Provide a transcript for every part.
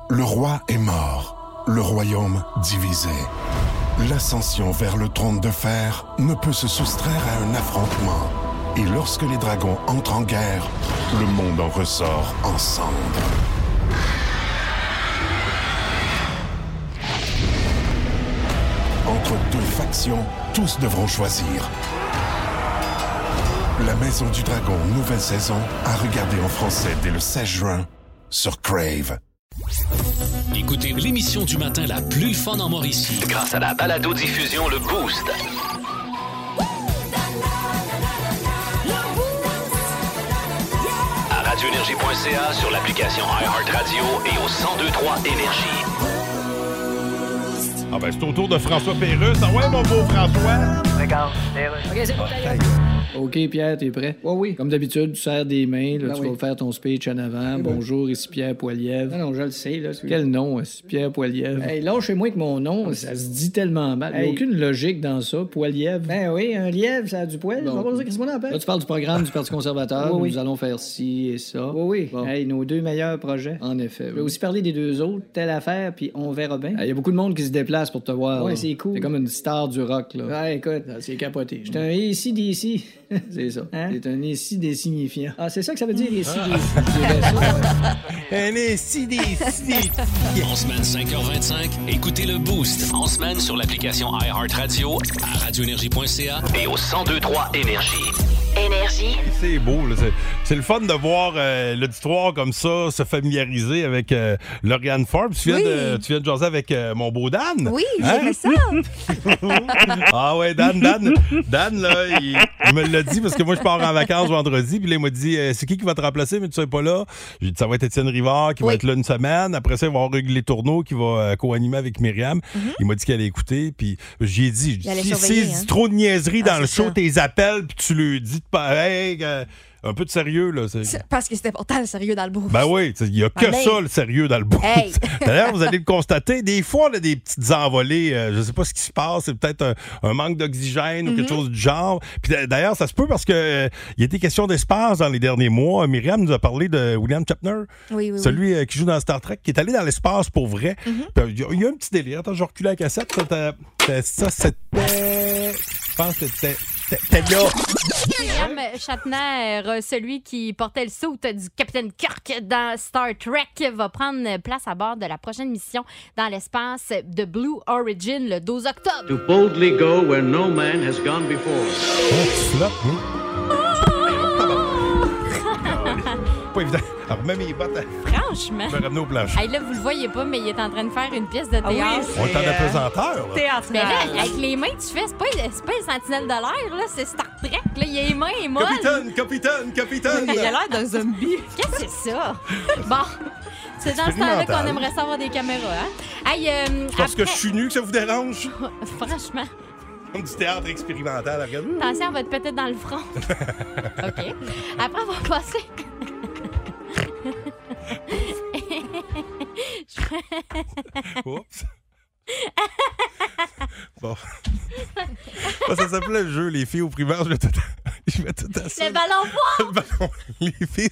Le roi est mort, le royaume divisé. L'ascension vers le trône de fer ne peut se soustraire à un affrontement. Et lorsque les dragons entrent en guerre, le monde en ressort en cendres. Entre deux factions, tous devront choisir. La Maison du Dragon, nouvelle saison, à regarder en français dès le 16 juin sur Crave. Écoutez l'émission du matin la plus fun en Mauricie grâce à la balado-diffusion Le Boost. À radioénergie.ca, sur l'application iHeartRadio et au 1023 Énergie. Ah ben c'est au tour de François Pérusse. Ah ouais, mon beau François. Regarde, Pérusse. OK, c'est bon, OK, Pierre, t'es prêt? Oui, oui. Comme d'habitude, tu serres des mains, là, Ben tu oui. vas faire ton speech en avant. Oui. Bonjour, ici Pierre Poilievre. Non, je le sais, là. Quel nom, Pierre Poilievre? Hey, lâchez-moi avec mon nom. Ça se dit tellement mal. Il n'y a Hey. aucune logique dans ça, Poilievre. Ben oui, un lièvre, ça a du poil. Bon. Je vois pas ça, qu'est-ce qu'on en Là, appelle? tu parles du programme du Parti conservateur. Oui, oui. Nous allons faire ci et ça. Oui, oui. Bon. Hey, nos deux meilleurs projets. En effet. Je vais aussi parler des deux autres, telle affaire, puis on verra bien. Il y a beaucoup de monde qui se déplace pour te voir. Ouais, là. c'est cool. T'es comme une star du rock, là. Ouais, écoute, C'est capoté. j'étais un ici d'ici. C'est ça. Hein? C'est un ici des signifiants. Ah, c'est ça que ça veut dire, ici d'ici. Je dirais ça. Elle est si En semaine 5h25, écoutez Le Boost. En semaine sur l'application iHeartRadio, à radioénergie.ca et au 1023 Énergie. Énergie. C'est beau, là. C'est le fun de voir l'auditoire comme ça se familiariser avec Lauriane Forbes. Tu viens de jaser avec mon beau Dan. Oui, Hein? j'aimais ça. Ah ouais, Dan, là, il me l'a dit parce que moi, je pars en vacances vendredi. Puis là, il m'a dit, c'est qui va te remplacer, mais tu seras pas là? J'ai dit, ça va être Étienne Rivard qui va être là une semaine. Après ça, il va y avoir Hugues Les Tourneaux qui va co-animer avec Myriam. Il m'a dit qu'elle allait écouter. Puis j'ai dit, Il allait si surveiller, c'est hein. trop de niaiseries dans le c'est show, ça. tes appels, puis tu lui dis pareil, un peu de sérieux, là. Parce que c'est important, le sérieux dans le bouffe. Ben oui, il n'y a que Ben, ça, le sérieux dans le bout. Hey. D'ailleurs, vous allez le constater, des fois, on a des petites envolées. Je ne sais pas ce qui se passe. C'est peut-être un manque d'oxygène ou quelque chose du genre. Puis d'ailleurs, ça se peut parce que il y a été question d'espace dans les derniers mois. Myriam nous a parlé de William Shatner, Oui. celui qui joue dans Star Trek, qui est allé dans l'espace pour vrai. Puis, il y a un petit délire. Attends, je vais reculer la cassette. Ça, c'était... Je pense que c'était là. William Shatner, celui qui portait le saut du Capitaine Kirk dans Star Trek, va prendre place à bord de la prochaine mission dans l'espace de Blue Origin le 12 octobre. To boldly go where no man has gone before. Pas évident. Alors, même mes bottes, Franchement. je vais ramener au plancher. Hey, là, vous le voyez pas, mais il est en train de faire une pièce de théâtre. On est en apesanteur, là. Théâtre. Mais là, avec les mains, tu fais, c'est pas les sentinelles de l'air, là, c'est Star Trek. Là, il a les mains molles. Capitaine! Il a l'air d'un zombie. Qu'est-ce que c'est ça? Bon, c'est dans ce temps-là qu'on aimerait savoir des caméras, hein? Hey, Parce que je suis nu que ça vous dérange? Franchement, Comme du théâtre expérimental, regarde. attention, on va te péter dans le front. OK. Après avoir passé... Oups. Bon. Ça s'appelait le jeu, les filles au primaire. Je vais tout assurer. Le ballon poids! Le ballon. Les filles.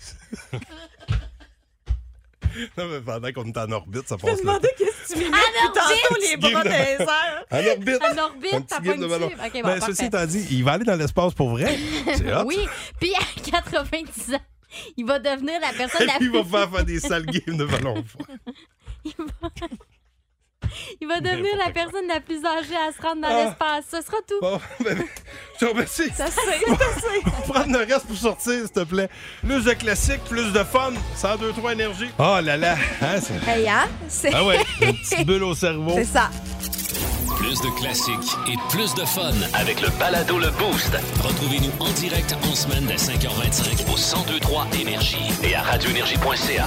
Non, mais pendant qu'on est en orbite, ça passe là. qu'est-ce que tu m'y mets depuis tantôt, les bras dans dans les airs. En orbite. En orbite, Un petit t'as game pas de une ballon. tube. OK, bon, Ben, parfait. ceci étant dit, il va aller dans l'espace pour vrai. C'est hot. Oui, puis à 90 ans, il va devenir la personne la Il va plus... faire des sales games de ballon. Il va devenir la personne la plus âgée à se rendre dans Ah. l'espace. Ce sera tout. Bon, ben, je te remercie. Ça c'est. Prendre le reste pour sortir, s'il te plaît. Plus de classiques, plus de fun. 102.3 énergie. Oh là là. Hein, c'est... Hey, hein? C'est... Ah ouais, une petite bulle au cerveau. C'est ça. Plus de classiques et plus de fun avec le balado Le Boost. Retrouvez-nous en direct en semaine dès 5h25 au 1023 Énergie et à radioénergie.ca.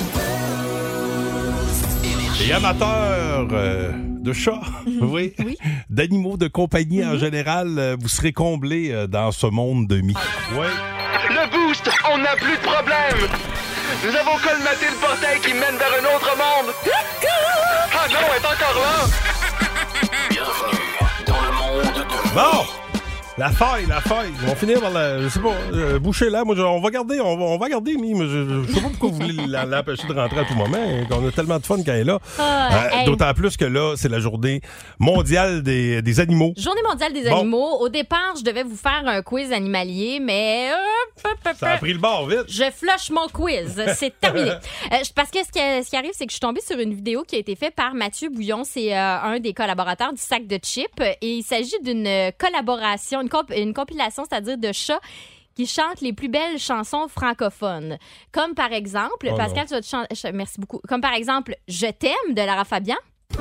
Et amateurs de chats, oui, d'animaux de compagnie en général, vous serez comblés dans ce monde de mi. Oui. Le Boost, on n'a plus de problème. Nous avons colmaté le portail qui mène vers un autre monde. Ah non, elle est encore là. Bienvenue dans le monde de Bon! La faille. Ils vont finir par je sais pas, boucher là. Moi, on va garder, mais je sais pas pourquoi vous voulez l'empêcher de rentrer à tout moment. On a tellement de fun quand elle est là. D'autant plus que là, c'est la journée mondiale des animaux. Journée mondiale des animaux. Au départ, je devais vous faire un quiz animalier, mais... Ça a pris le bord vite. Je flush mon quiz. C'est terminé. Parce que ce qui arrive, c'est que je suis tombée sur une vidéo qui a été faite par Mathieu Bouillon. C'est un des collaborateurs du Sac de chips. Et il s'agit d'une collaboration, une compilation, c'est-à-dire de chats qui chantent les plus belles chansons francophones. Comme par exemple, Pascal, tu vas te chanter... Merci beaucoup. Comme par exemple, Je t'aime de Lara Fabian.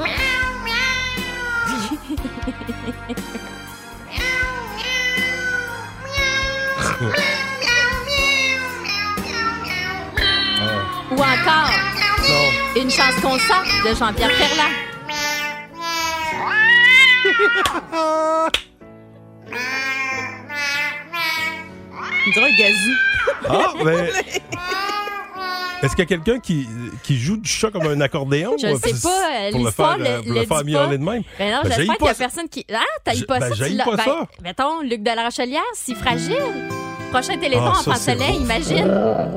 Ou encore, Une chance qu'on sort de Jean-Pierre Ferland. On dirait un gazou. Ah, ben... Est-ce qu'il y a quelqu'un qui joue du chat comme un accordéon? Je sais pas. L'histoire pour le faire miauler de même? Ben non, j'espère qu'il y a personne qui... Ah, t'haïs pas ça? J'haïs pas ça. Mettons, Luc de la Rochelière, si fragile. Prochain Téléthon, enfant soleil, imagine.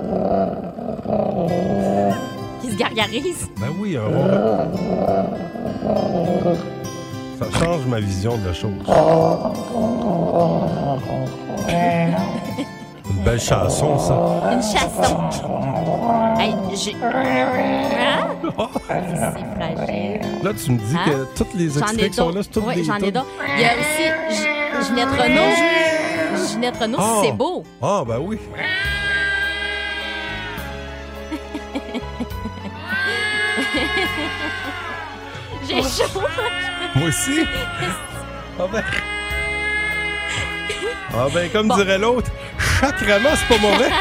Qui se gargarise. Ben oui, un rôle. Ça change ma vision de la chose. Une belle chanson, ça. Une chanson. Hey, hein? C'est fragile. Là, tu me dis que toutes les extraits qui sont là, c'est toutes des... Oui, j'en ai d'autres. Il y a aussi Ginette Renaud. Ginette Renaud, c'est beau. Ah, ben oui. J'ai chaud. Moi aussi. Ah ben, comme dirait l'autre, sacrément, c'est pas mauvais.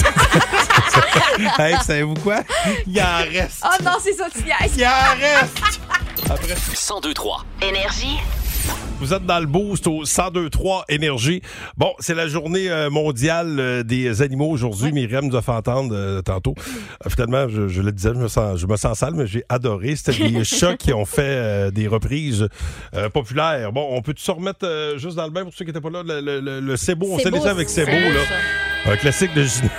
Hey, savez-vous quoi? Il en reste. Oh non, c'est ça, tu niaises. Il en reste. Après 102.3 Énergie. Vous êtes dans le boost au 102.3 Énergie. Bon, c'est la journée mondiale des animaux aujourd'hui. Ouais. Myriam nous a fait entendre tantôt. Finalement, je le disais, je me sens sale, mais j'ai adoré. C'était des chats qui ont fait des reprises populaires. Bon, on peut se remettre juste dans le bain pour ceux qui n'étaient pas là. Le C'est beau, on s'est laissé avec C'est beau, là. Un classique de Ginette.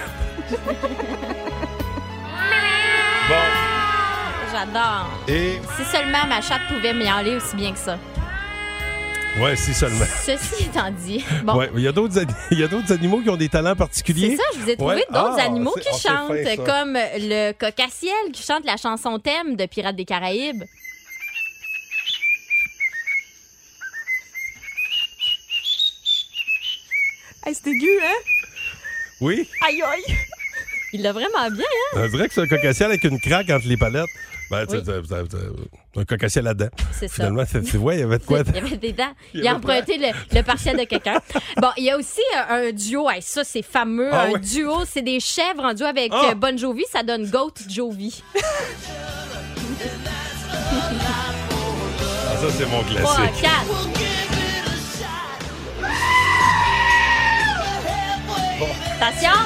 Bon. J'adore. Et... Si seulement ma chatte pouvait miauler aussi bien que ça. Ouais, si seulement. Ceci étant dit, bon. Ouais, il y a d'autres animaux qui ont des talents particuliers. C'est ça, je vous ai trouvé d'autres animaux qui chantent, fin, comme le cocassiel qui chante la chanson thème de Pirates des Caraïbes. Hey, c'est aigu, hein? Oui. Aïe, aïe. Il l'a vraiment bien, hein? On dirait que c'est un cocassiel avec une craque entre les palettes. Ben, oui. Un cocassiel là-dedans. C'est ça. Finalement, il y avait de quoi? Il y avait des dents. Il a emprunté le partiel de quelqu'un. Bon, il y a aussi un duo. Hey, ça, c'est fameux. Duo, c'est des chèvres en duo avec Bon Jovi. Ça donne Goat Jovi. Ça, c'est mon classique. 3, 4. Bon. Attention.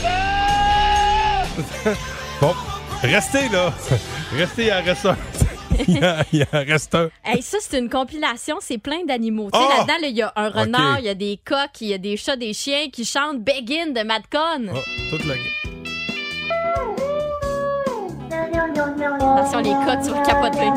Bon, restez là. Restez, il en reste un. Il en reste un. Hey, ça, c'est une compilation, c'est plein d'animaux. Tu sais, là-dedans, il y a un renard, il y a des coqs, il y a des chats, des chiens qui chantent Begin de Madcon. Toute la... Attention, les coqs, tu vas capoter.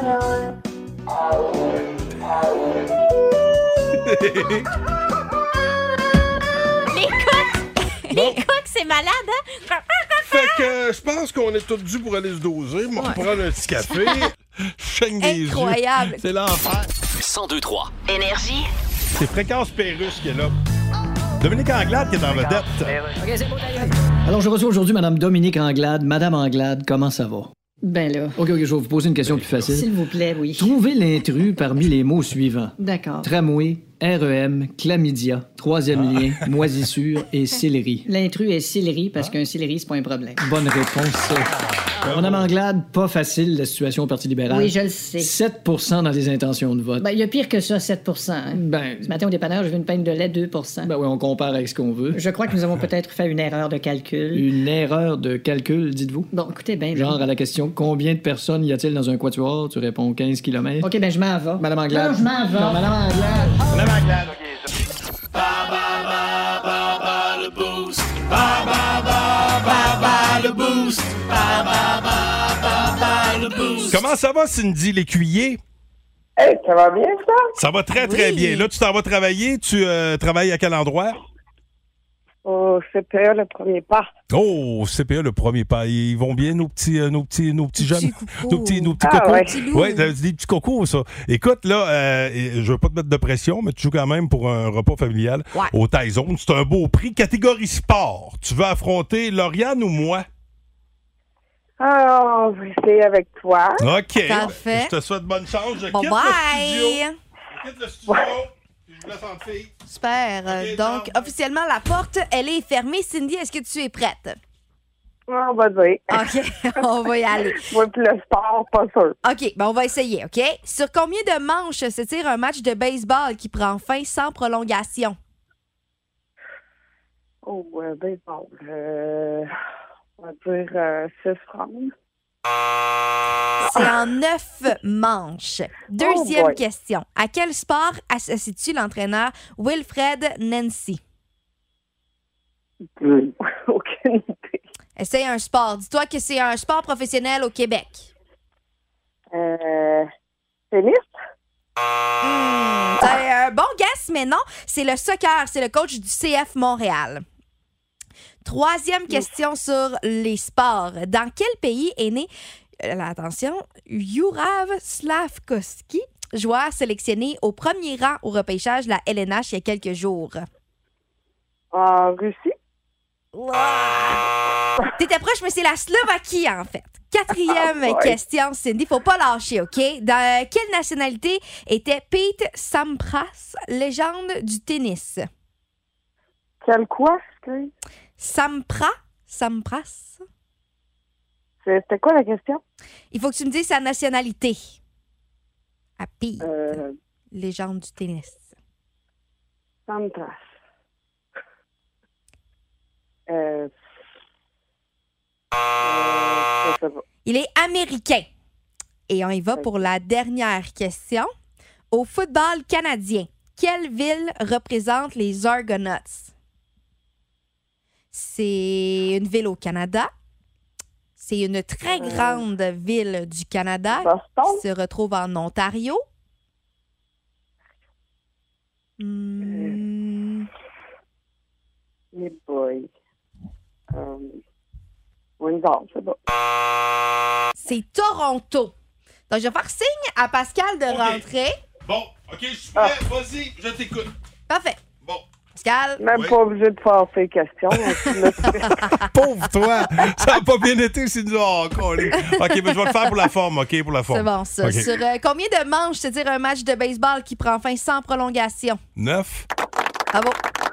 Les coqs! Les coqs, c'est malade, hein? Fait que je pense qu'on est tous dus pour aller se doser. On va prendre un petit café. Chaigne des yeux. Incroyable. C'est l'enfer. 102.3 Énergie. C'est Fréquence Pérusse qui est là. Dominique Anglade qui est en vedette. OK, c'est beau, d'ailleurs. Alors, je reçois aujourd'hui Mme Dominique Anglade. Madame Anglade, comment ça va? Ben là. OK, je vais vous poser une question plus facile. S'il vous plaît, oui. Trouvez l'intrus parmi les mots suivants. D'accord. Tramway, REM, chlamydia, troisième lien, moisissure et céleri. L'intrus est céleri parce qu'un céleri, c'est pas un problème. Bonne réponse. Madame Anglade, pas facile la situation au Parti libéral. Oui, je le sais. 7% dans les intentions de vote. Ben, il y a pire que ça, 7%. Hein? Ben... Ce matin, au dépanneur, j'ai vu une pinte de lait, 2%. Ben oui, on compare avec ce qu'on veut. Je crois que nous avons peut-être fait une erreur de calcul. Une erreur de calcul, dites-vous? Bon, écoutez, ben... Genre à la question, combien de personnes y a-t-il dans un quatuor? Tu réponds 15 km. OK, ben je m'en vais. Madame Anglade. Non, je m'en vais. Non, Madame Anglade. Madame Anglade. Bye bye. Comment ça va, Cindy Lécuyer? Hey, ça va bien, ça? Ça va très, très bien. Là, tu t'en vas travailler. Tu travailles à quel endroit? Au CPE, le premier pas. Oh, CPE, le premier pas. Ils vont bien, nos petits jeunes? Nos petits cocos. Ouais. Des petits cocos, ça. Écoute, là, je veux pas te mettre de pression, mais tu joues quand même pour un repas familial au Taizone. C'est un beau prix. Catégorie sport. Tu veux affronter Lauriane ou moi? Ah, on va essayer avec toi. OK. Parfait. Je te souhaite bonne chance. Je Bon, quitte bye. le studio. Puis je vous laisse en fille. Super. Donc, officiellement, la porte, elle est fermée. Cindy, est-ce que tu es prête? On va dire. OK, on va y aller. Moi, puis le sport, pas sûr. OK, ben on va essayer, OK? Sur combien de manches s'étire un match de baseball qui prend fin sans prolongation? Oh, baseball. On va dire 6 rounds. C'est en 9 manches. Deuxième boy. question. À quel sport associe-tu l'entraîneur Wilfred Nancy? Aucune idée. Essaye un sport. Dis-toi que c'est un sport professionnel au Québec. Tennis? C'est un bon guess, mais non. C'est le soccer. C'est le coach du CF Montréal. Troisième question sur les sports. Dans quel pays est né, attention, Jurav Slavkovski, joueur sélectionné au premier rang au repêchage de la LNH il y a quelques jours? En Russie? T'étais proche, mais c'est la Slovaquie, en fait. Quatrième question, Cindy. Faut pas lâcher, OK? Dans quelle nationalité était Pete Sampras, légende du tennis? Quel quoi? Sampras? C'était quoi la question? Il faut que tu me dises sa nationalité. À Pete, légende du tennis. Sampras. Je sais pas. Il est américain. Et on y va pour la dernière question. Au football canadien, quelle ville représente les Argonauts? C'est une ville au Canada. C'est une très grande ville du Canada qui se retrouve en Ontario. Hey boy. Windsor, c'est bon. C'est Toronto. Donc, je vais faire signe à Pascal de rentrer. Bon, OK, je suis prêt. Vas-y, je t'écoute. Parfait. Bon. Pascal. Même pas obligé de faire ces questions. Pauvre toi! Ça n'a pas bien été si nous avons collé. OK, mais je vais le faire pour la forme, OK? Pour la forme. C'est bon, ça. Okay. Sur combien de manches, c'est-à-dire un match de baseball qui prend fin sans prolongation? 9. Bravo.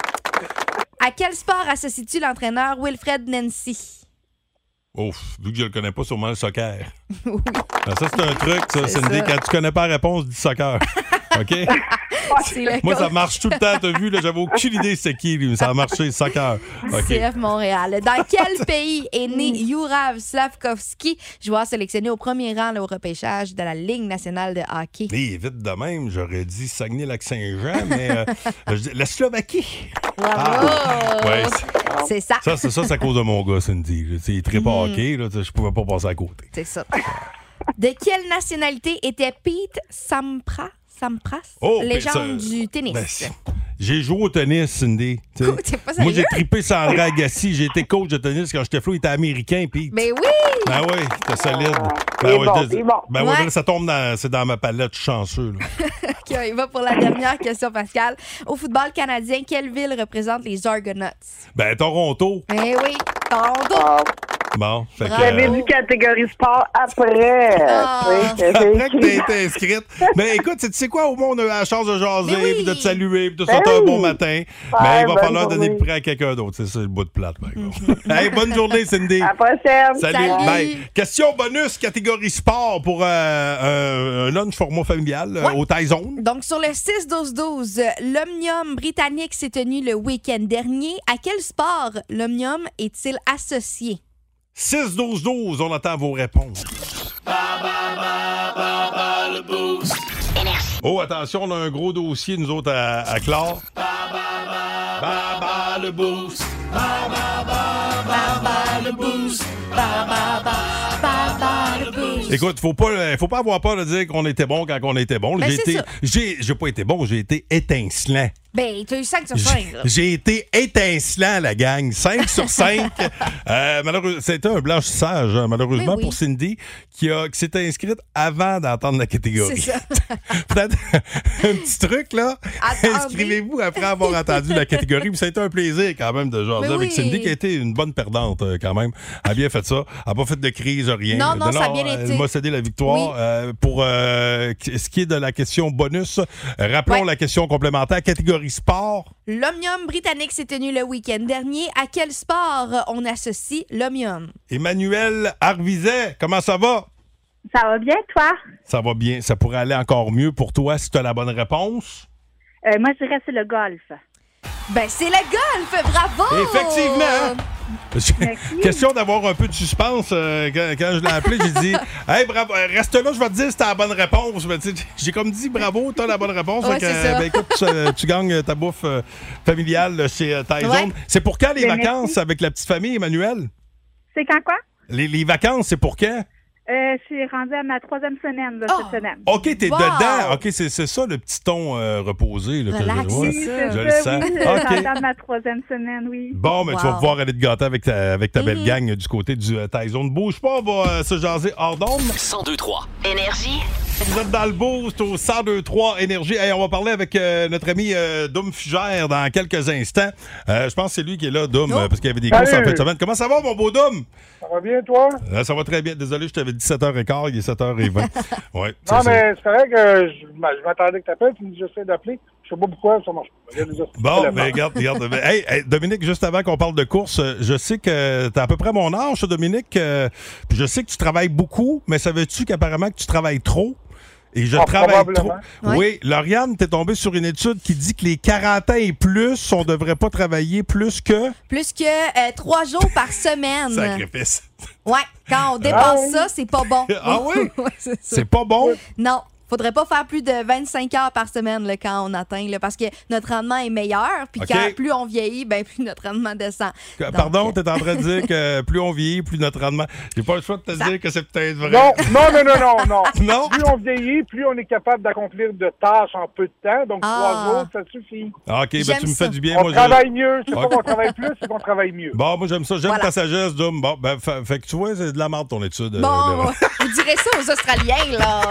À quel sport associe-tu l'entraîneur Wilfred Nancy? Ouf, vu que je le connais pas, sûrement le soccer. Oui. Ah, ça, c'est un truc, ça. Cindy, quand tu connais pas la réponse, dis soccer. OK? Moi, ça marche tout le temps. T'as vu, là, j'avais aucune idée c'est qui, mais ça a marché, soccer. OK. CF Montréal. Dans quel pays est né Jurav Slavkovski, joueur sélectionné au premier rang là, au repêchage de la Ligue nationale de hockey? Et vite de même, j'aurais dit Saguenay-Lac-Saint-Jean, mais la Slovaquie. Bravo! Ouais, c'est ça. Ça, c'est à cause de mon gars, Cindy. Il tripe pas hockey, là, je pouvais pas passer à côté. C'est ça. De quelle nationalité était Pete Sampras, légende du tennis? Ben, j'ai joué au tennis, Cindy. T'es pas sérieux? Moi, j'ai trippé sur André Agassi. J'ai été coach de tennis quand j'étais flou. Il était américain, Pete. Mais oui! Ben oui, c'était solide. Ben ouais, ça tombe c'est dans ma palette, je suis chanceux. Là. OK, on y va pour la dernière question, Pascal. Au football canadien, quelle ville représente les Argonauts? Ben, Toronto. Eh oui, Toronto. Bon, fait que... J'avais dit catégorie sport après. Après que t'aies été inscrite. Mais écoute, tu sais quoi, au moins, on a eu la chance de jaser, puis de te saluer, puis de te souhaiter un bon matin. Mais il va falloir donner le prix à quelqu'un d'autre. C'est ça, le bout de plate, par exemple. Hey, bonne journée, Cindy. À la prochaine. Salut. Bye. Question bonus, catégorie sport pour un lunch format familial au Taizone. Donc, sur le 6-12-12, l'Omnium britannique s'est tenu le week-end dernier. À quel sport l'Omnium est-il associé? 6-12-12, on attend vos réponses. Oh, attention, on a un gros dossier, nous autres, à clore. Le boost. Le boost. Écoute, faut pas avoir peur de dire qu'on était bon quand on était bon. Ben, J'ai pas été bon, j'ai été étincelant. Ben, t'as eu 5 sur 5. J'ai été étincelant, la gang. 5 sur 5. Malheureusement, c'était un blanchissage, malheureusement, pour Cindy, qui s'était inscrite avant d'entendre la catégorie. C'est ça. Peut-être un petit truc, là. Attendez. Inscrivez-vous après avoir entendu la catégorie. Puis ça a été un plaisir, quand même, de jaser avec Cindy, qui a été une bonne perdante, quand même. Elle a bien fait ça. Elle n'a pas fait de crise, rien. Non, ça a bien été. Elle m'a cédé la victoire. Pour ce qui est de la question bonus, rappelons la question complémentaire. Catégorie sport. L'Omnium britannique s'est tenu le week-end dernier. À quel sport on associe l'Omnium? Emmanuel Arvizet, comment ça va? Ça va bien, toi? Ça va bien. Ça pourrait aller encore mieux pour toi si tu as la bonne réponse. Moi, je dirais que c'est le golf. Ben, c'est le golf! Bravo! Effectivement! Question d'avoir un peu de suspense. Quand je l'ai appelé, j'ai dit « Hey, bravo, reste là, je vais te dire si t'as la bonne réponse. » J'ai comme dit « Bravo, t'as la bonne réponse. » Écoute, tu gagnes ta bouffe familiale chez Tyson. Ouais. C'est pour quand les vacances avec la petite famille, Emmanuel? C'est quand quoi? Les vacances, c'est pour quand? Je suis rendue à ma 3e semaine cette semaine. OK, t'es dedans. OK, c'est ça le petit ton reposé. Là, relax, c'est ça. Je le sens. Oui, okay. à ma 3e semaine, oui. Bon, mais tu vas pouvoir aller te gâter avec ta belle gang du côté du Tyson. Bouge pas, on va se jaser hors d'onde. 102.3 Énergie. Vous êtes dans le boost au 102.3 Énergie. Hey, on va parler avec notre ami Dom Fugère dans quelques instants. Je pense que c'est lui qui est là, Dom, parce qu'il y avait des courses en fin de semaine. Comment ça va, mon beau Dom? Ça va bien, toi? Ça va très bien. Désolé, je t'avais dit 7h15, il est 7h20. Ouais, non, mais c'est vrai que je m'attendais que tu appelles, tu me dis j'essaie d'appeler. Je sais pas pourquoi, ça marche pas. Bon, mais regarde. Hey, Dominique, juste avant qu'on parle de course, je sais que tu as à peu près mon âge, Dominique. Puis je sais que tu travailles beaucoup, mais savais-tu qu'apparemment que tu travailles trop? Et je travaille trop. Oui, Lauriane, t'es tombée sur une étude qui dit que les 40 ans et plus, on devrait pas travailler plus que 3 jours par semaine. Sacrifice. Ouais, quand on dépasse ça, c'est pas bon. Ah oui? Ouais, c'est pas bon? Non. Faudrait pas faire plus de 25 heures par semaine là, quand on atteint, là, parce que notre rendement est meilleur, puis plus on vieillit, ben plus notre rendement descend. Pardon, t'es en train de dire que plus on vieillit, plus notre rendement... J'ai pas le choix de te dire que c'est peut-être vrai. Non. Non? Plus on vieillit, plus on est capable d'accomplir de tâches en peu de temps, donc 3 jours, ça suffit. OK, ben tu me fais du bien. On travaille mieux, c'est pas qu'on travaille plus, c'est qu'on travaille mieux. Bon, moi j'aime ça, j'aime ta sagesse, Dom. Bon, ben, fait que tu vois, c'est de la merde ton étude. Bon, vous direz ça aux Australiens, là.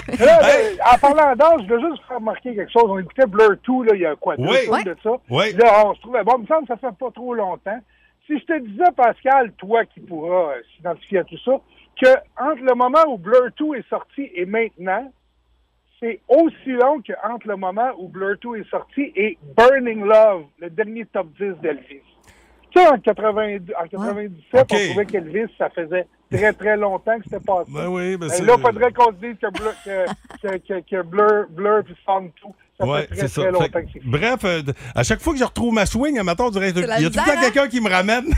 En parlant d'âge, je veux juste faire remarquer quelque chose. On écoutait Blur 2, là, il y a quoi, 2 jours de ça. Oui. Là, on se trouvait, bon, il me semble que ça fait pas trop longtemps. Si je te disais, Pascal, toi qui pourras s'identifier à tout ça, que entre le moment où Blur 2 est sorti et maintenant, c'est aussi long qu'entre le moment où Blur 2 est sorti et Burning Love, le dernier top 10 d'Elvis. Tu sais, en 97, on trouvait qu'Elvis, ça faisait très, très longtemps que c'était passé. Ben oui, ben là, il faudrait qu'on se dise que Blur puis Song 2, ça fait très, très longtemps que c'est fini. Bref, à chaque fois que je retrouve ma swing, à matin, on dirait il y a tout le temps quelqu'un qui me ramène.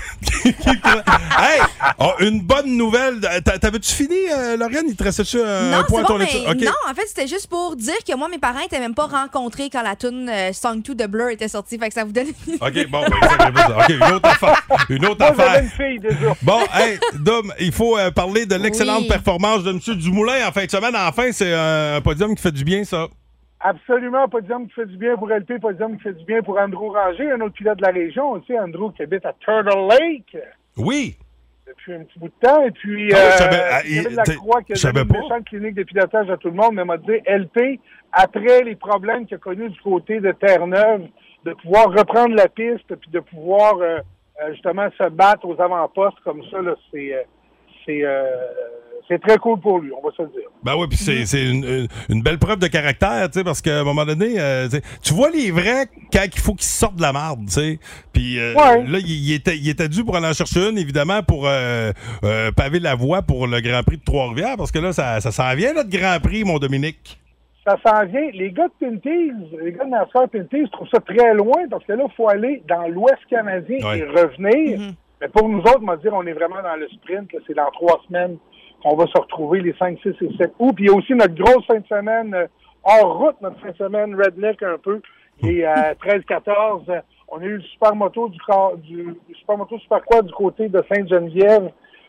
Hey! Une bonne nouvelle. T'avais-tu fini, Lauriane? Il te restait-tu un point à ton étude? Non, en fait, c'était juste pour dire que moi, mes parents n'étaient même pas rencontrés quand la tune Song 2 de Blur était sortie. Fait que ça vous donne une idée. OK, bon, OK, une autre affaire. Moi, j'avais une fille, déjà. Bon, hey, Dom, il faut parler de l'excellente performance de M. Dumoulin en fin de semaine. Enfin, c'est un podium qui fait du bien, ça. Absolument, podium qui fait du bien pour LP, podium qui fait du bien pour Andrew Ranger, un autre pilote de la région aussi, Andrew qui habite à Turtle Lake. Oui. Depuis un petit bout de temps. Et puis, David Lacroix qui a donné une méchante clinique de pilotage à tout le monde, mais m'a dit, LP, après les problèmes qu'il a connus du côté de Terre-Neuve, de pouvoir reprendre la piste, puis de pouvoir justement se battre aux avant-postes comme ça, là, c'est très cool pour lui, on va se le dire. Ben oui, puis c'est une belle preuve de caractère, tu sais, parce qu'à un moment donné, tu vois les vrais quand il faut qu'ils sortent de la marde, tu sais. Puis là, il était dû pour aller en chercher une, évidemment, pour paver la voie pour le Grand Prix de Trois-Rivières, parce que là, ça s'en vient, notre Grand Prix, mon Dominique. Ça s'en vient. Les gars de Pinty's, les gars de NASCAR Pinty's trouvent ça très loin, parce que là, il faut aller dans l'Ouest canadien et revenir. Mais pour nous autres, on va dire, on est vraiment dans le sprint, là, c'est dans 3 semaines qu'on va se retrouver les 5, 6 et 7 août. Puis il y a aussi notre grosse fin de semaine hors route, notre fin de semaine redneck un peu. Et 13-14, on a eu le super moto du super moto super quad du côté de Sainte-Geneviève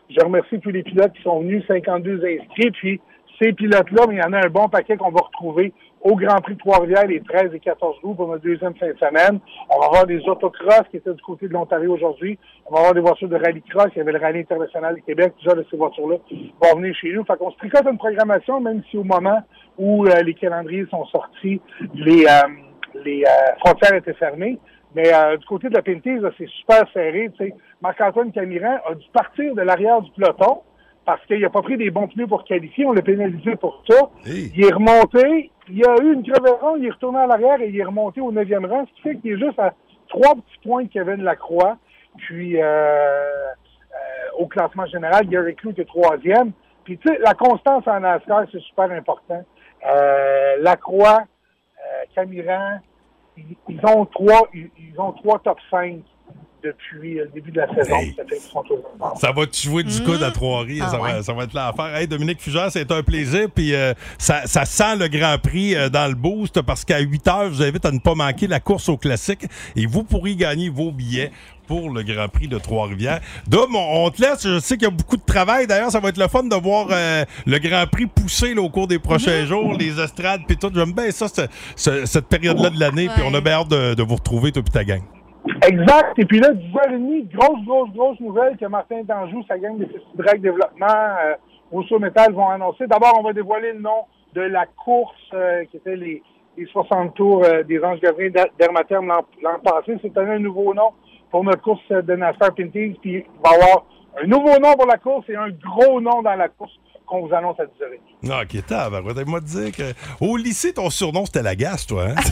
Je remercie tous les pilotes qui sont venus, 52 inscrits. Puis ces pilotes-là, mais il y en a un bon paquet qu'on va retrouver au Grand Prix de Trois-Rivières les 13 et 14 août pour notre deuxième fin de semaine. On va avoir des autocross qui étaient du côté de l'Ontario aujourd'hui. On va avoir des voitures de rallycross. Il y avait le Rallye international du Québec. Déjà, ces voitures-là vont venir chez nous. Fait qu'on se tricote une programmation, même si au moment où les calendriers sont sortis, les frontières étaient fermées. Mais du côté de la Pinty's, c'est super serré. Tu sais, Marc-Antoine Camiran a dû partir de l'arrière du peloton parce qu'il n'a pas pris des bons pneus pour qualifier. On l'a pénalisé pour ça. Hey. Il est remonté. Il y a eu une crevaison. Il est retourné à l'arrière et il est remonté au 9e rang. Ce qui fait qu'il est juste à 3 petits points de Kevin Lacroix. Puis, au classement général, Gary Clout est 3e. Puis, tu sais, la constance en NASCAR, c'est super important. Lacroix, Camiran, ils ont trois top 5 depuis le début de la saison. Hey. Ça va te jouer du coude à Trois-Rivières. Ça va être l'affaire. Hey, Dominique Fugère, c'est un plaisir. Puis ça sent le Grand Prix dans le boost parce qu'à 8 heures, je vous invite à ne pas manquer la course au classique et vous pourrez gagner vos billets pour le Grand Prix de Trois-Rivières. Dom, on te laisse. Je sais qu'il y a beaucoup de travail. D'ailleurs, ça va être le fun de voir le Grand Prix pousser là, au cours des prochains jours, les estrades puis tout. J'aime bien ça, cette période-là de l'année. Puis on a bien hâte de vous retrouver, toi puis ta gang. Exact. Et puis là, 10h30, grosse nouvelle que Martin d'Anjou, sa gang de Drag Développement, Rousseau Métal vont annoncer. D'abord, on va dévoiler le nom de la course qui était les 60 tours des Anges Gavrins d'Hermatherme l'an passé. C'est un nouveau nom pour notre course de NASCAR Pinty's. Puis il va y avoir un nouveau nom pour la course et un gros nom dans la course qu'on vous annonce à 10h30. Non, qui est à moi te dire que au lycée, ton surnom, c'était Lagasse, toi, hein?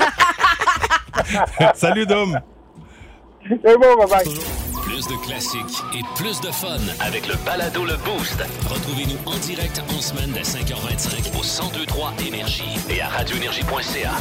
Salut, Dom! C'est bon, bye-bye. Plus de classiques et plus de fun avec le balado Le Boost. Retrouvez-nous en direct en semaine dès 5h25 au 1023 Énergie et à radioénergie.ca.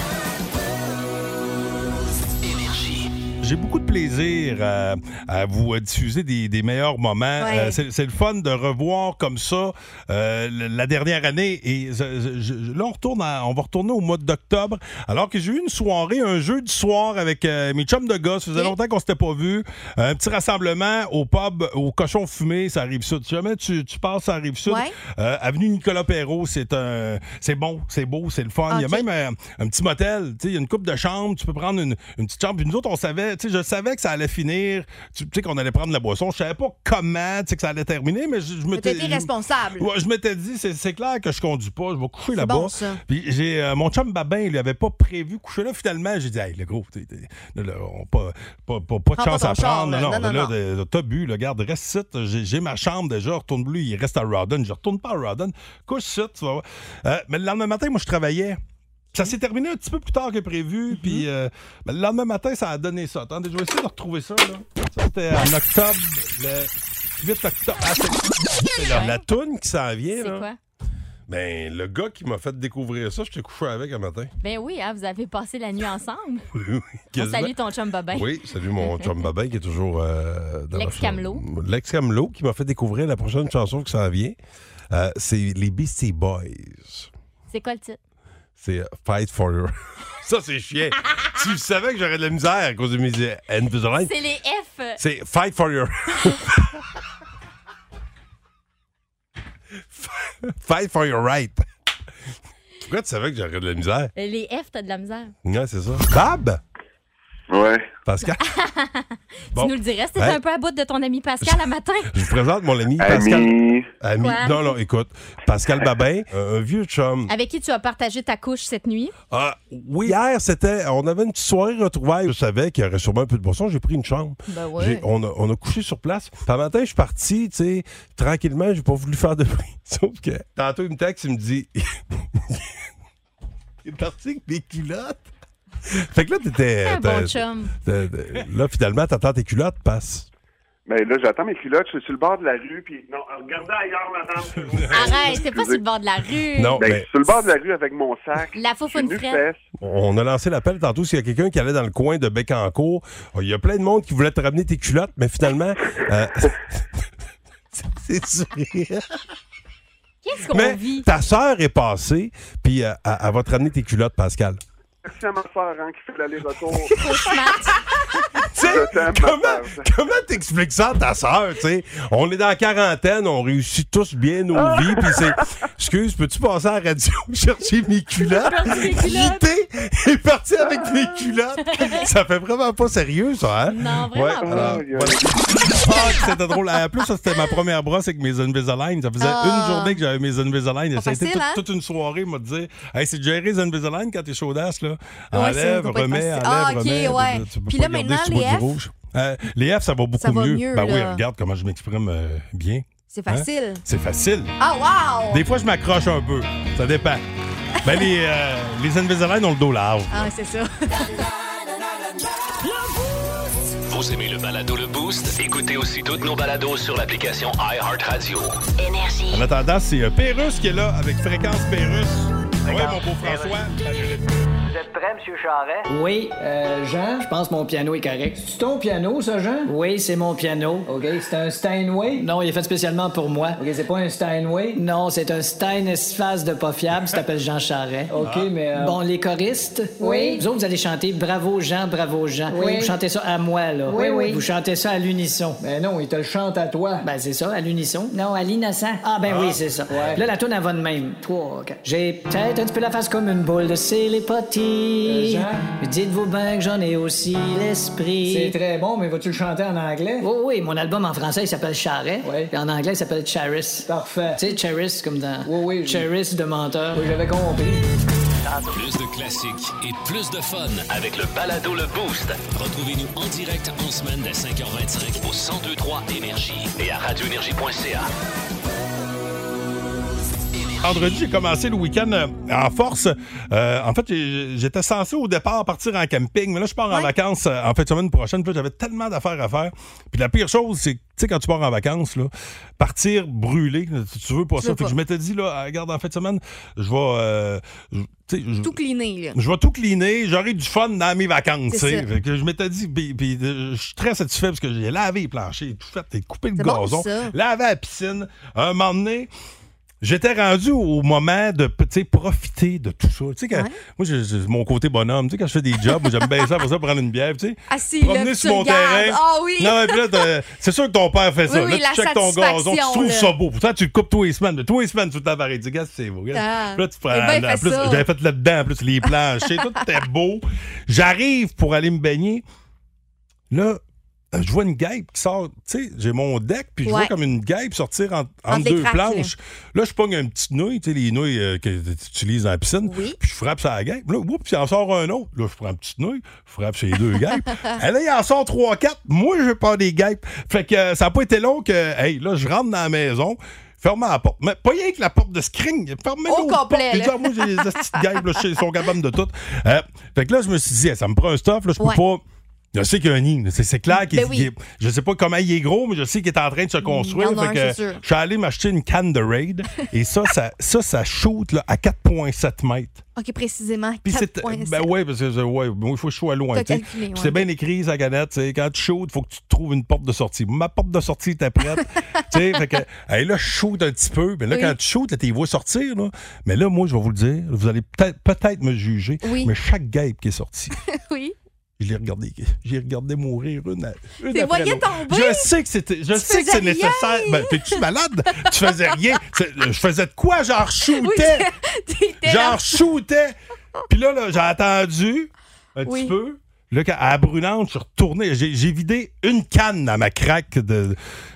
J'ai beaucoup de plaisir à vous diffuser des meilleurs moments. Ouais. C'est le fun de revoir comme ça la dernière année. Et là, on va retourner au mois d'octobre. Alors que j'ai eu une soirée, un jeudi soir avec mes chums de gars. Ça faisait longtemps qu'on s'était pas vus. Un petit rassemblement au pub, au Cochon Fumé, ça arrive sud. Si jamais tu passes, ça arrive sud. Ouais. Avenue Nicolas Perrault, c'est bon, c'est beau, c'est le fun. Okay. Il y a même un petit motel. Il y a une couple de chambres. Tu peux prendre une petite chambre. Puis nous autres, on savait... je savais que ça allait finir, tu sais qu'on allait prendre la boisson. Je savais pas comment que ça allait terminer, mais je m'étais... T'étais responsable. Je m'étais dit, c'est clair que je conduis pas, je vais coucher là-bas. Bon, ça. Puis j'ai mon chum Babin, il avait pas prévu coucher là. Finalement, j'ai dit, hey, le gros, pas de chance à prendre. Non. T'as bu, là, regarde, reste ici. J'ai ma chambre déjà, retourne lui, il reste à Rawdon. Je retourne pas à Rawdon. Couche ici, tu vas voir. Mais le lendemain matin, moi, je travaillais. Ça s'est terminé un petit peu plus tard que prévu. Puis le lendemain matin, ça a donné ça. Attendez, je vais essayer de retrouver ça. Là. Ça, c'était en octobre, le 8 octobre. Ah, c'est la toune qui s'en vient. C'est là. Quoi? Ben, le gars qui m'a fait découvrir ça, je t'ai couché avec un matin. Ben oui, hein, vous avez passé la nuit ensemble. Oui. Salut ton chum Babin. Oui, salut mon chum Babin qui est toujours dans l'ex-Camelot. L'ex-Camelot qui m'a fait découvrir la prochaine chanson qui s'en vient. C'est les Beastie Boys. C'est quoi le titre? C'est Fight for Your... Ça, c'est chiant. Tu savais que j'aurais de la misère à cause de mes Invisalign. C'est les F. C'est Fight for Your... Fight for Your Right. Pourquoi tu savais que j'aurais de la misère? Les F, t'as de la misère. Ouais, c'est ça. Bab? Ouais. Pascal? Tu nous le dirais, c'était un peu à bout de ton ami Pascal à matin. Je vous présente mon ami Pascal. Ami. Non, écoute. Pascal Babin, un vieux chum. Avec qui tu as partagé ta couche cette nuit? Oui, hier, on avait une petite soirée retrouvaille. Je savais qu'il y aurait sûrement un peu de boisson. J'ai pris une chambre. Ben ouais. On a couché sur place. Puis un matin, je suis parti, tu sais, tranquillement. J'ai pas voulu faire de bruit. Sauf que tantôt, il me texte, il me dit... Il est parti avec des culottes. Fait que là, t'étais... Un bon chum. Là, finalement, t'attends tes culottes, passe. Mais là, j'attends mes culottes, je suis sur le bord de la rue, puis... Non, regardez ailleurs, madame. Arrête, t'es pas sur le bord de la rue. Non, mais... sur le bord de la rue avec mon sac. La foufoune frette. On a lancé l'appel tantôt s'il y a quelqu'un qui allait dans le coin de Bécancour. Il y a plein de monde qui voulait te ramener tes culottes, mais finalement... c'est surréel. Qu'est-ce qu'on vit? Ta sœur est passée, puis elle va te ramener tes culottes, Pascal. merci à ma soeur qui fait l'aller-retour. Tu sais, comment t'expliques ça à ta sœur, tu sais? On est dans la quarantaine, on réussit tous bien nos vies, puis c'est... Excuse, peux-tu passer à la radio chercher mes culottes? JT est parti avec mes culottes. Ça fait vraiment pas sérieux, ça, hein? Non, vraiment pas. C'était drôle. En plus, ça, c'était ma première brosse avec mes Invisalign. Ça faisait une journée que j'avais mes Invisalign. Ça a été toute une soirée, m'a dit, hey, c'est de gérer les Invisalign quand t'es chaudasse, là. Enlève, remets, remets. Ouais. Puis là, maintenant, les F. Les F, ça va beaucoup mieux. Ben oui, là. regarde comment je m'exprime bien. C'est facile. Hein? C'est facile. Ah, wow! Des fois, je m'accroche un peu. Ça dépend. Ben, les Invisalign ont le dos large. Ah, c'est ça. Vous aimez le balado Le Boost? Écoutez aussi toutes nos balados sur l'application iHeartRadio. Énergie. En attendant, c'est Pérusse qui est là avec Fréquence Pérusse. Oui, mon beau François. Vous êtes prêt, M. Charret? Oui, Jean, je pense que mon piano est correct. C'est ton piano, ça, Jean? Oui, c'est mon piano. OK, c'est un Steinway? Non, il est fait spécialement pour moi. OK, c'est pas un Steinway? Non, c'est un Stein-Esphase de pas fiable, ça s'appelle Jean Charret. OK, mais... Bon, les choristes? Oui. Vous autres, vous allez chanter Bravo Jean, Bravo Jean. Oui. Vous chantez ça à moi, là. Oui, oui. Vous chantez ça à l'unisson. Ben non, il te le chante à toi. Ben c'est ça, à l'unisson. Non, à l'innocent. Ah, ben oui, c'est ça. Ouais. Là, la toune, elle va de même. 3, 4. J'ai peut-être un petit peu la face comme une boule de célépotis. Mais dites-vous bien que j'en ai aussi l'esprit. C'est très bon, mais vas-tu le chanter en anglais? Oui, oui, mon album en français, il s'appelle Charret. Oui. Et en anglais, il s'appelle Charis. Parfait. Tu sais, Charis, comme dans... Oui, oui. Charis de menteur. Oui, j'avais compris. Plus de classiques et plus de fun avec le balado Le Boost. Retrouvez-nous en direct en semaine dès 5h25 au 1023 Énergie et à radioénergie.ca. Vendredi, j'ai commencé le week-end en force. En fait, j'étais censé au départ partir en camping, mais là, je pars en vacances en fin de semaine prochaine. Puis là, j'avais tellement d'affaires à faire. Puis la pire chose, c'est, tu sais, quand tu pars en vacances, là, partir brûlé, tu veux pas ça. Fait que je m'étais dit, là, regarde, en fin de semaine, je vais... tout cleaner, là. Je vais tout cleaner, j'aurai du fun dans mes vacances. C'est ça. Fait que je m'étais dit, puis je suis très satisfait parce que j'ai lavé les planchers, tout fait, et coupé le gazon, lavé la piscine. Un moment donné, j'étais rendu au moment de profiter de tout ça. Tu sais, quand moi, j'ai mon côté bonhomme. Tu sais, quand je fais des jobs, j'aime bien ça pour ça, prendre une bière. Tu sais, promener sur mon terrain. Ah oui! Non, puis là, c'est sûr que ton père fait ça. Oui, là, tu checkes ton gazon, tu trouves ça beau. Pourtant, tu le coupes tous les semaines. Mais tous les semaines, tu le t'appareilles. Tu dis, c'est beau. Ah. Là, tu prends. En plus, j'avais fait là-dedans, en plus, les planchers, tout était beau. J'arrive pour aller me baigner. Là, je vois une guêpe qui sort, tu sais, j'ai mon deck, puis je vois comme une guêpe sortir entre deux planches. Là, je pogne une petite nouille, tu sais, les nouilles que tu utilises dans la piscine, puis je frappe sur la guêpe. Là, puis il en sort un autre. Là, je prends une petite nouille, je frappe sur les deux guêpes. Et là, il en sort 3-4. Moi, j'ai pas des guêpes. Fait que ça n'a pas été long que, hey, là, je rentre dans la maison. Ferme la porte. Mais pas rien que la porte de screen. Fermez au complet. Moi, j'ai des petites guêpes, là, ils sont capables de tout. Fait que là, je me suis dit, ça me prend un stuff, là, je peux pas. Je sais qu'il y a un nid. C'est clair qu'il je sais pas comment il est gros, mais je sais qu'il est en train de se construire. Fait que je suis allé m'acheter une canne de Raid et ça shoot là, à 4,7 mètres. OK, précisément. 4,7. Ben oui, parce que il faut que je sois loin. C'est bien écrit, sa canette. Quand tu shootes, il faut que tu trouves une porte de sortie. Ma porte de sortie était prête. Fait que, là, je shoot un petit peu. Mais là, quand tu shootes, tu les vois sortir. Là. Mais là, moi, je vais vous le dire, vous allez peut-être me juger, mais chaque guêpe qui est sortie. Oui. J'ai regardé mourir une t'es voyé tomber? Je sais que c'est nécessaire. Ben, t'es-tu malade? Tu faisais rien. Je faisais de quoi? Genre, shootais. Genre, shootais. Puis là, j'ai attendu un petit peu. Là, à la brûlante, je suis retourné. J'ai vidé une canne dans ma craque de...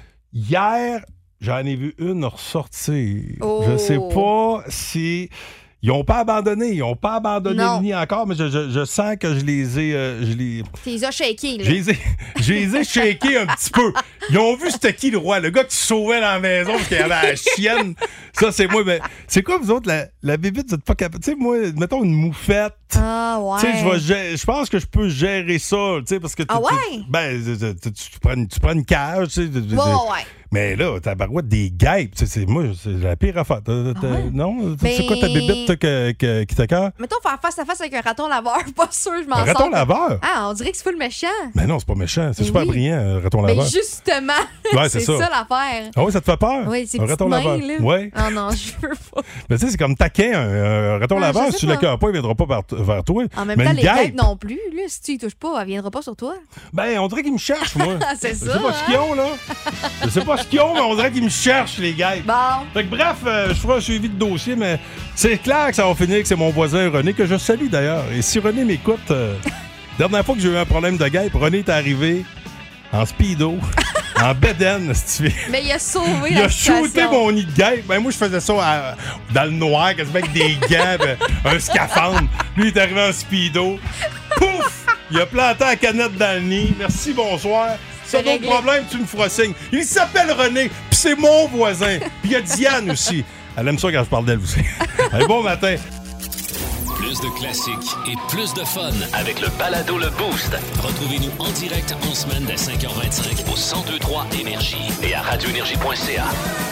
Hier, j'en ai vu une ressortir. Je sais pas si... Ils n'ont pas abandonné le nid encore, mais je sens que je les ai... Tu les as shakés, là. Je les ai shakés un petit peu. Ils ont vu c'était qui le roi, le gars qui sauvait dans la maison parce qu'il y avait la chienne. Ça, c'est moi. Mais c'est quoi, vous autres, la bébite, vous êtes pas capable... Tu sais, moi, mettons une moufette. Ah, ouais. Tu sais, je pense que je peux gérer ça, tu sais, parce que... Ah, ouais? Tu prends une cage, tu sais. Ouais. Mais là, ta barouette des guêpes, moi, c'est la pire affaire. Non? C'est quoi ta bébête qui t'écoeure? Mettons, faire face à face avec un raton laveur, pas sûr, je m'en sors. Un raton laveur? Ah, on dirait que c'est full méchant. Mais non, c'est pas méchant. C'est super brillant, un raton laveur. Mais justement, ouais, c'est ça l'affaire. Ah oui, ça te fait peur? Oui, c'est un raton laveur. Oui. Ah non, je veux pas. Mais tu sais, c'est comme taquin, un raton laveur. Si tu l'écœures pas, il viendra pas vers toi. En même temps, les guêpes non plus. Là, si tu y touches pas, elle viendra pas sur toi. Ben, on dirait qu'ils me cherchent, moi. C'est ça. Je sais pas ce qu'ils ont, là. Je sais pas ce qu'ils ont, mais on dirait qu'ils me cherchent, les guêpes. Bon. Fait que bref, je ferai un suivi de dossier, mais c'est clair que ça va finir que c'est mon voisin René, que je salue d'ailleurs. Et si René m'écoute, dernière fois que j'ai eu un problème de guêpe, René est arrivé en speedo, en bedaine, si tu veux. Mais il a sauvé Il a shooté mon nid de guêpe. Ben moi, je faisais ça dans le noir, quasiment avec des gants, un scaphandre. Lui, il est arrivé en speedo. Pouf! Il a planté la canette dans le nid. Merci, bonsoir. Si t'as d'autres problèmes, tu me feras signe. Il s'appelle René, puis c'est mon voisin. Puis il y a Diane aussi. Elle aime ça quand je parle d'elle aussi. Allez, bon matin. Plus de classiques et plus de fun avec le balado Le Boost. Retrouvez-nous en direct en semaine dès 5h25 au 1023 Énergie et à radioénergie.ca.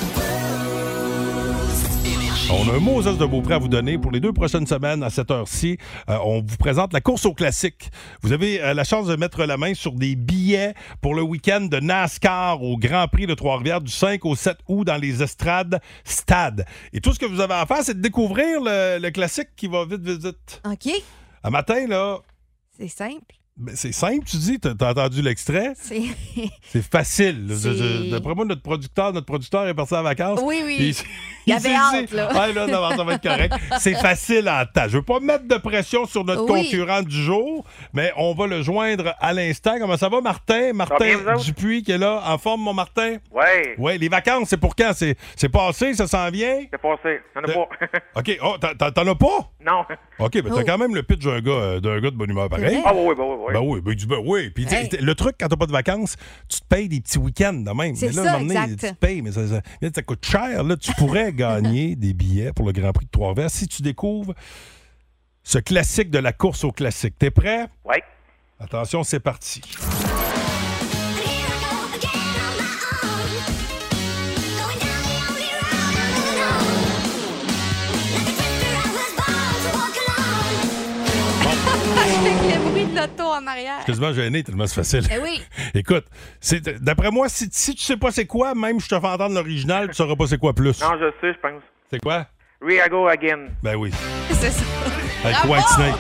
On a un Moses de Beaupré à vous donner pour les 2 prochaines semaines à cette heure-ci. On vous présente la course au classique. Vous avez la chance de mettre la main sur des billets pour le week-end de NASCAR au Grand Prix de Trois-Rivières du 5 au 7 août dans les estrades stades. Et tout ce que vous avez à faire, c'est de découvrir le classique qui va vite. OK. Un matin, là... C'est simple. Ben, c'est simple, tu dis. T'as entendu l'extrait? C'est facile. D'après moi, notre producteur est parti en vacances. Oui. Il avait hâte, là. Ouais, là, non, ça va être correct. C'est facile en temps. Je veux pas mettre de pression sur notre concurrent du jour, mais on va le joindre à l'instant. Comment ça va, Martin? Martin Dupuis qui est là. En forme, mon Martin? Oui. Oui, les vacances, c'est pour quand? C'est passé, ça s'en vient? C'est passé. T'en as pas. OK. Oh, t'en as pas? Non. OK, mais t'as quand même le pitch d'un gars de bonne humeur pareil. Ah oui. Ben oui. Puis le truc, quand t'as pas de vacances, tu te payes des petits week-ends de même. C'est mais là, ça, à un moment donné, tu te payes, mais ça coûte cher. Là, tu pourrais gagner des billets pour le Grand Prix de Trois-Rivières si tu découvres ce classique de la course au classique. T'es prêt? Oui. Attention, c'est parti. Avec le bruit de l'auto en arrière. Excuse-moi, gêné, tellement c'est facile. Eh oui. Écoute, d'après moi, si tu sais pas c'est quoi, même si je te fais entendre l'original, tu sauras pas c'est quoi plus. Non, je sais, je pense. C'est quoi? We Go Again. Ben oui. C'est ça. Avec White Snake.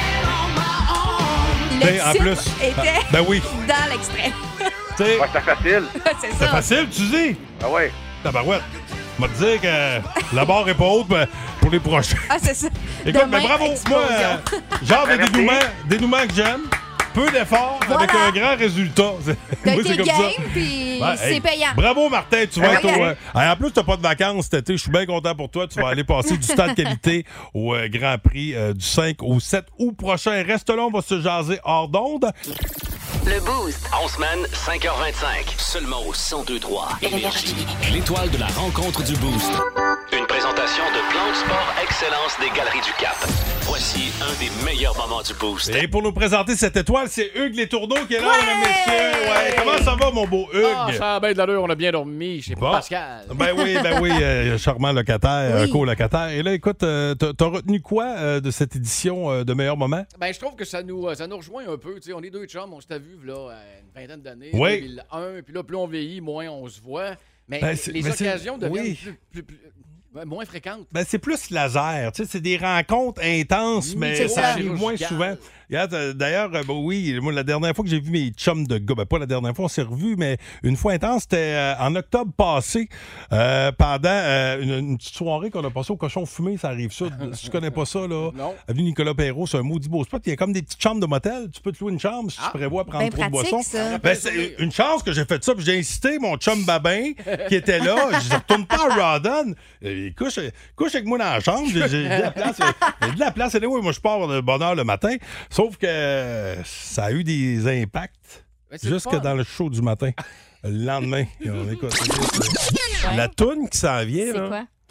Le en titre plus. était ben oui. dans l'extrait. Ouais, c'est facile. C'est ça. C'est facile, tu dis? Ah ouais. Tabarouette. Je vais te dire que la barre est pas haute pour les prochains. Ah, c'est ça. Écoute, Demain, ben bravo. explosion. Moi, genre de dénouement que j'aime. Peu d'efforts avec un grand résultat. T'as Moi, été c'est comme game, ça. puis Ouais, c'est payant. Bravo, Martin. Tu vas Ah, être ouais. en plus, tu n'as pas de vacances cet été. Je suis bien content pour toi. Tu vas aller passer du temps de qualité au Grand Prix du 5 au 7 août prochain. Reste là, on va se jaser hors d'onde. Le Boost. En semaine, 5h25. Seulement au 1023 Énergie. L'étoile de la rencontre du Boost. Une présentation de Plan de Sport Excellence des Galeries du Cap. Voici un des meilleurs moments du Boost. Et pour nous présenter cette étoile, c'est Hugues Les Tourneaux qui est là, mesdames, messieurs. Ouais. Comment ça va, mon beau Hugues? Ah, ça va bien de l'allure, on a bien dormi chez Pascal. Ben oui, charmant locataire, co-locataire. Et là, écoute, t'as retenu quoi de cette édition de Meilleurs Moments? Ben, je trouve que ça nous rejoint un peu. T'sais, on est deux chums, on s'était vus là, une vingtaine d'années. Oui. 2001, puis là, plus on vieillit, moins on se voit. Mais Ben, les occasions deviennent oui. moins fréquentes. Ben, c'est plus laser. Tu sais, c'est des rencontres intenses, mais ça arrive moins souvent. Regarde, d'ailleurs, moi, la dernière fois que j'ai vu mes chums de gars, pas la dernière fois, on s'est revus, mais une fois intense, c'était en octobre passé, pendant une petite soirée qu'on a passée au Cochon Fumé, ça arrive ça. Si tu connais pas ça, là, avenue Nicolas Perrault, c'est un maudit beau spot. Il y a comme des petites chambres de motel. Tu peux te louer une chambre si tu prévois prendre trop de boissons. Ben, c'est une chance que j'ai fait ça, puis j'ai incité mon chum Babin, qui était là. Je dis, retourne pas à Rawdon. Il couche avec moi dans la chambre. J'ai de la place. J'ai de la place. Et moi, je pars de bonne heure le matin. Sauf que ça a eu des impacts jusque dans le show du matin. Le lendemain. On écoute. La toune qui s'en vient. C'est là. quoi?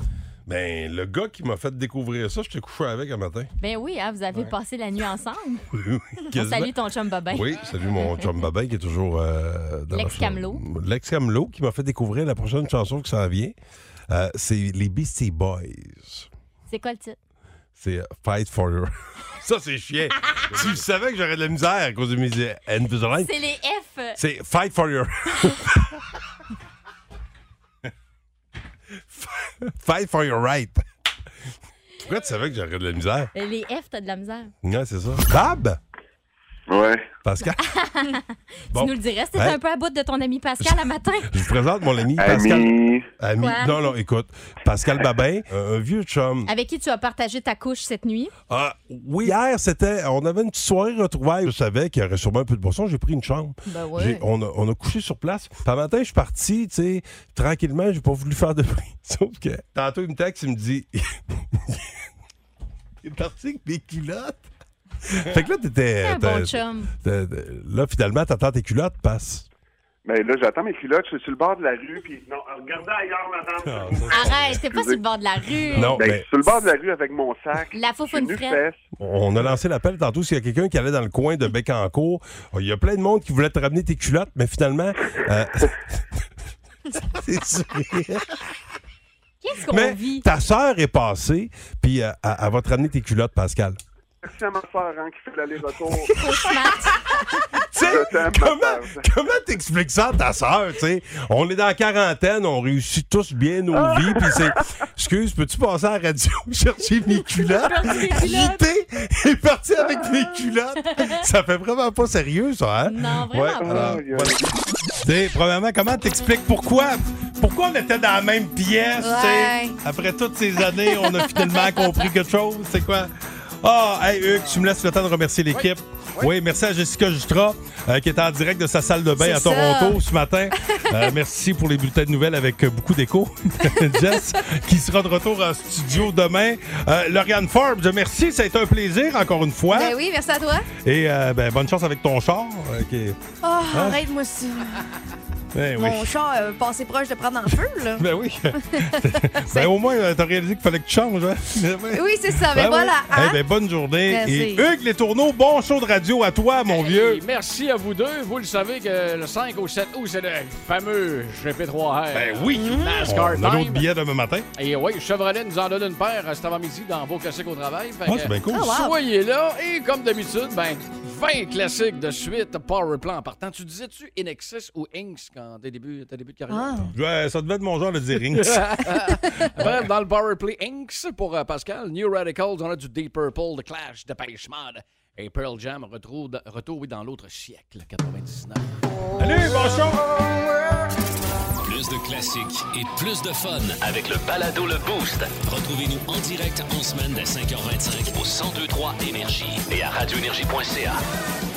Ben, le gars qui m'a fait découvrir ça, je t'ai couché avec un matin. Ben oui, hein, vous avez passé la nuit ensemble. Oui, On salue ton chum Bobin. Oui, salut mon chum Bobin qui est toujours dans l'ex-Camelot. L'ex-Camelot qui m'a fait découvrir la prochaine chanson qui s'en vient. C'est les Beastie Boys. C'est quoi le titre? C'est Fight for Your... Ça, c'est chiant. Tu savais que j'aurais de la misère à cause de mes Invisalign. C'est les F. C'est Fight for Your... Fight for your right. Pourquoi tu savais que j'aurais de la misère? Les F, t'as de la misère. Ouais, c'est ça. Bab? Ouais. Pascal? Tu nous le dirais, c'était un peu à bout de ton ami Pascal à matin. Je vous présente mon ami Pascal. Ami. Quoi? Non, écoute. Pascal Babin, un vieux chum. Avec qui tu as partagé ta couche cette nuit? Oui, hier, on avait une petite soirée retrouvaille. Je savais qu'il y aurait sûrement un peu de boisson. J'ai pris une chambre. Ben ouais. On a couché sur place. Puis un matin, je suis parti, tu sais, tranquillement. J'ai pas voulu faire de bruit. Sauf que tantôt, il me texte, il me dit... Il est parti avec mes culottes. Fait que là, t'étais... Un bon chum. Là, finalement, t'attends tes culottes, passe. Ben là, j'attends mes culottes, je suis sur le bord de la rue, puis non, regardez ailleurs, madame. Arrête, t'es pas sur le bord de la rue. Non, ben, je suis sur le bord de la rue avec mon sac. La foufoune frette. On a lancé l'appel tantôt s'il y a quelqu'un qui allait dans le coin de Bécancour. Il y a plein de monde qui voulait te ramener tes culottes, mais finalement... c'est sûr. Qu'est-ce qu'on vit? Ta sœur est passée, puis elle va te ramener tes culottes, Pascal. Merci à ma soeur qui fait l'aller-retour. Comment t'expliques ça à ta sœur, tu sais? On est dans la quarantaine, on réussit tous bien nos vies, puis c'est... Excuse, peux-tu passer à la radio chercher mes culottes? JT est parti avec mes culottes. Ça fait vraiment pas sérieux, ça, hein? Non, vraiment pas. T'sais, premièrement, comment t'expliques pourquoi on était dans la même pièce, t'sais? Après toutes ces années, on a finalement compris quelque chose, c'est quoi? Hey Hugues, tu me laisses le temps de remercier l'équipe. Oui, merci à Jessica Justra qui est en direct de sa salle de bain à Toronto ce matin. Merci pour les bulletins de nouvelles avec beaucoup d'écho. Jess, qui sera de retour en studio demain. Lauriane Forbes, merci, ça a été un plaisir encore une fois. Ben oui, merci à toi. Et bonne chance avec ton char. Arrête-moi ça. Ben, mon chat passé proche de prendre en feu, là. Ben oui. Au moins, t'as réalisé qu'il fallait que tu changes. Hein? Oui, c'est ça. Mais voilà. Hein? Bonne journée. Merci. Et Hugues Les Tourneaux, bon show de radio à toi, mon vieux. Merci à vous deux. Vous le savez que le 5 au 7 août, c'est le fameux GP3R. Ben oui. NASCAR on a d'autres billets demain matin. Et oui, Chevrolet nous en donne une paire cet avant-midi dans vos classiques au travail. C'est bien cool. Soyez là. Et comme d'habitude, 20 classiques de suite Powerplay en partant. Tu disais-tu Inexis ou Inks quand t'es début de carrière? Ouais, ça devait être mon genre de dire Inks. Bref, dans le Powerplay Inks pour Pascal, New Radicals, on a du Deep Purple, The Clash, Depeche Mode et Pearl Jam, retour dans l'autre siècle, 99. Allez, bon show! Plus de classiques et plus de fun avec le balado Le Boost. Retrouvez-nous en direct en semaine dès 5h25 au 102.3 Énergie et à radioénergie.ca.